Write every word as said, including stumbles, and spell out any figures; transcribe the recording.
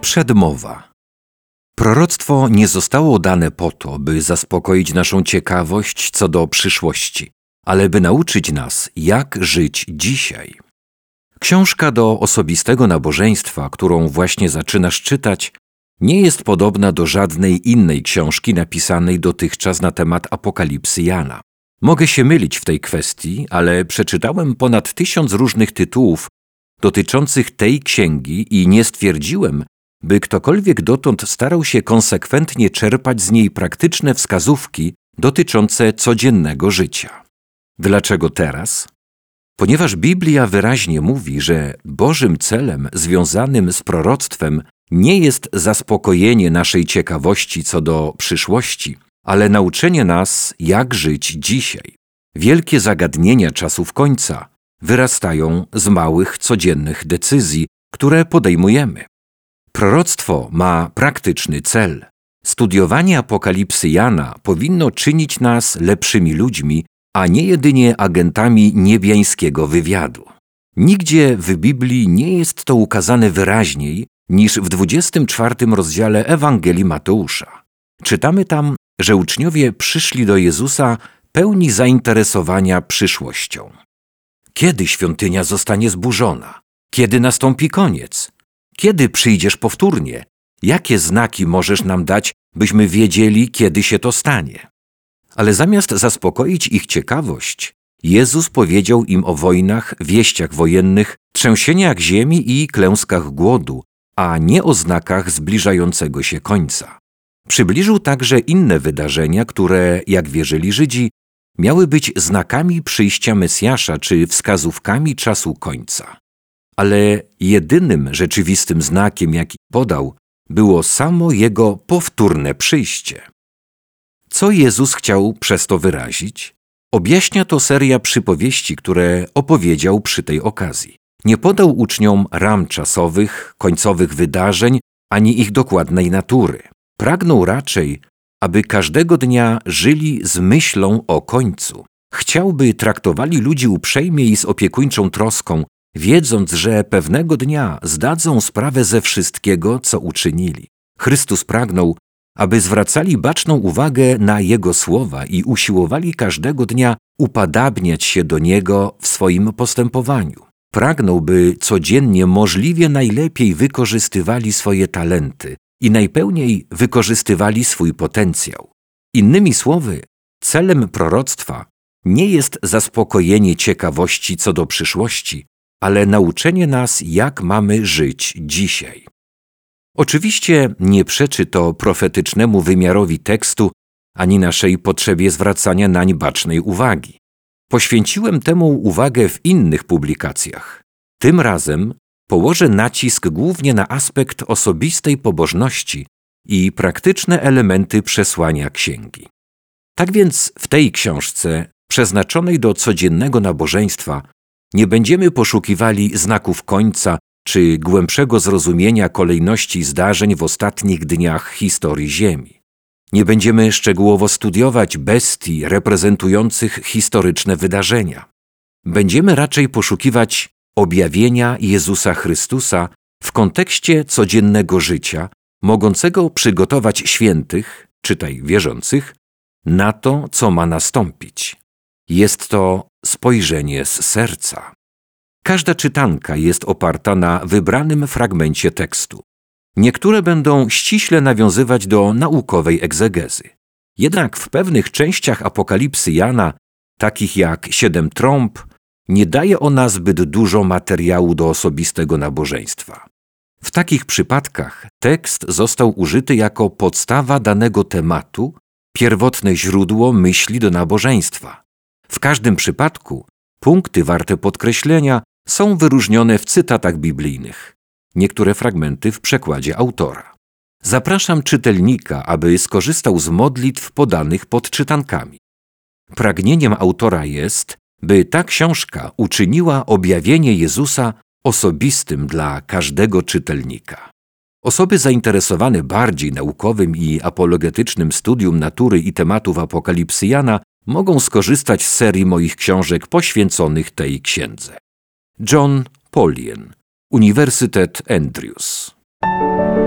Przedmowa. Proroctwo nie zostało dane po to, by zaspokoić naszą ciekawość co do przyszłości, ale by nauczyć nas, jak żyć dzisiaj. Książka do osobistego nabożeństwa, którą właśnie zaczynasz czytać, nie jest podobna do żadnej innej książki napisanej dotychczas na temat Apokalipsy Jana. Mogę się mylić w tej kwestii, ale przeczytałem ponad tysiąc różnych tytułów dotyczących tej księgi i nie stwierdziłem, by ktokolwiek dotąd starał się konsekwentnie czerpać z niej praktyczne wskazówki dotyczące codziennego życia. Dlaczego teraz? Ponieważ Biblia wyraźnie mówi, że Bożym celem związanym z proroctwem nie jest zaspokojenie naszej ciekawości co do przyszłości, ale nauczenie nas, jak żyć dzisiaj. Wielkie zagadnienia czasów końca wyrastają z małych, codziennych decyzji, które podejmujemy. Proroctwo ma praktyczny cel. Studiowanie Apokalipsy Jana powinno czynić nas lepszymi ludźmi, a nie jedynie agentami niebiańskiego wywiadu. Nigdzie w Biblii nie jest to ukazane wyraźniej niż w dwudziestym czwartym rozdziale Ewangelii Mateusza. Czytamy tam, że uczniowie przyszli do Jezusa pełni zainteresowania przyszłością. Kiedy świątynia zostanie zburzona? Kiedy nastąpi koniec? Kiedy przyjdziesz powtórnie? Jakie znaki możesz nam dać, byśmy wiedzieli, kiedy się to stanie? Ale zamiast zaspokoić ich ciekawość, Jezus powiedział im o wojnach, wieściach wojennych, trzęsieniach ziemi i klęskach głodu, a nie o znakach zbliżającego się końca. Przybliżył także inne wydarzenia, które, jak wierzyli Żydzi, miały być znakami przyjścia Mesjasza czy wskazówkami czasu końca. Ale jedynym rzeczywistym znakiem, jaki podał, było samo Jego powtórne przyjście. Co Jezus chciał przez to wyrazić? Objaśnia to seria przypowieści, które opowiedział przy tej okazji. Nie podał uczniom ram czasowych, końcowych wydarzeń, ani ich dokładnej natury. Pragnął raczej, aby każdego dnia żyli z myślą o końcu. Chciał, by traktowali ludzi uprzejmie i z opiekuńczą troską, wiedząc, że pewnego dnia zdadzą sprawę ze wszystkiego, co uczynili. Chrystus pragnął, aby zwracali baczną uwagę na Jego słowa i usiłowali każdego dnia upadabniać się do Niego w swoim postępowaniu. Pragnął, by codziennie możliwie najlepiej wykorzystywali swoje talenty i najpełniej wykorzystywali swój potencjał. Innymi słowy, celem proroctwa nie jest zaspokojenie ciekawości co do przyszłości, ale nauczenie nas, jak mamy żyć dzisiaj. Oczywiście nie przeczy to profetycznemu wymiarowi tekstu ani naszej potrzebie zwracania nań bacznej uwagi. Poświęciłem temu uwagę w innych publikacjach. Tym razem położę nacisk głównie na aspekt osobistej pobożności i praktyczne elementy przesłania księgi. Tak więc w tej książce, przeznaczonej do codziennego nabożeństwa, nie będziemy poszukiwali znaków końca czy głębszego zrozumienia kolejności zdarzeń w ostatnich dniach historii Ziemi. Nie będziemy szczegółowo studiować bestii reprezentujących historyczne wydarzenia. Będziemy raczej poszukiwać objawienia Jezusa Chrystusa w kontekście codziennego życia, mogącego przygotować świętych, czytaj wierzących, na to, co ma nastąpić. Jest to spojrzenie z serca. Każda czytanka jest oparta na wybranym fragmencie tekstu. Niektóre będą ściśle nawiązywać do naukowej egzegezy. Jednak w pewnych częściach Apokalipsy Jana, takich jak siedem trąb, nie daje ona zbyt dużo materiału do osobistego nabożeństwa. W takich przypadkach tekst został użyty jako podstawa danego tematu, pierwotne źródło myśli do nabożeństwa. W każdym przypadku punkty warte podkreślenia są wyróżnione w cytatach biblijnych, niektóre fragmenty w przekładzie autora. Zapraszam czytelnika, aby skorzystał z modlitw podanych pod czytankami. Pragnieniem autora jest, by ta książka uczyniła objawienie Jezusa osobistym dla każdego czytelnika. Osoby zainteresowane bardziej naukowym i apologetycznym studium natury i tematów Apokalipsy Jana mogą skorzystać z serii moich książek poświęconych tej księdze. John Polien, Uniwersytet Andrews.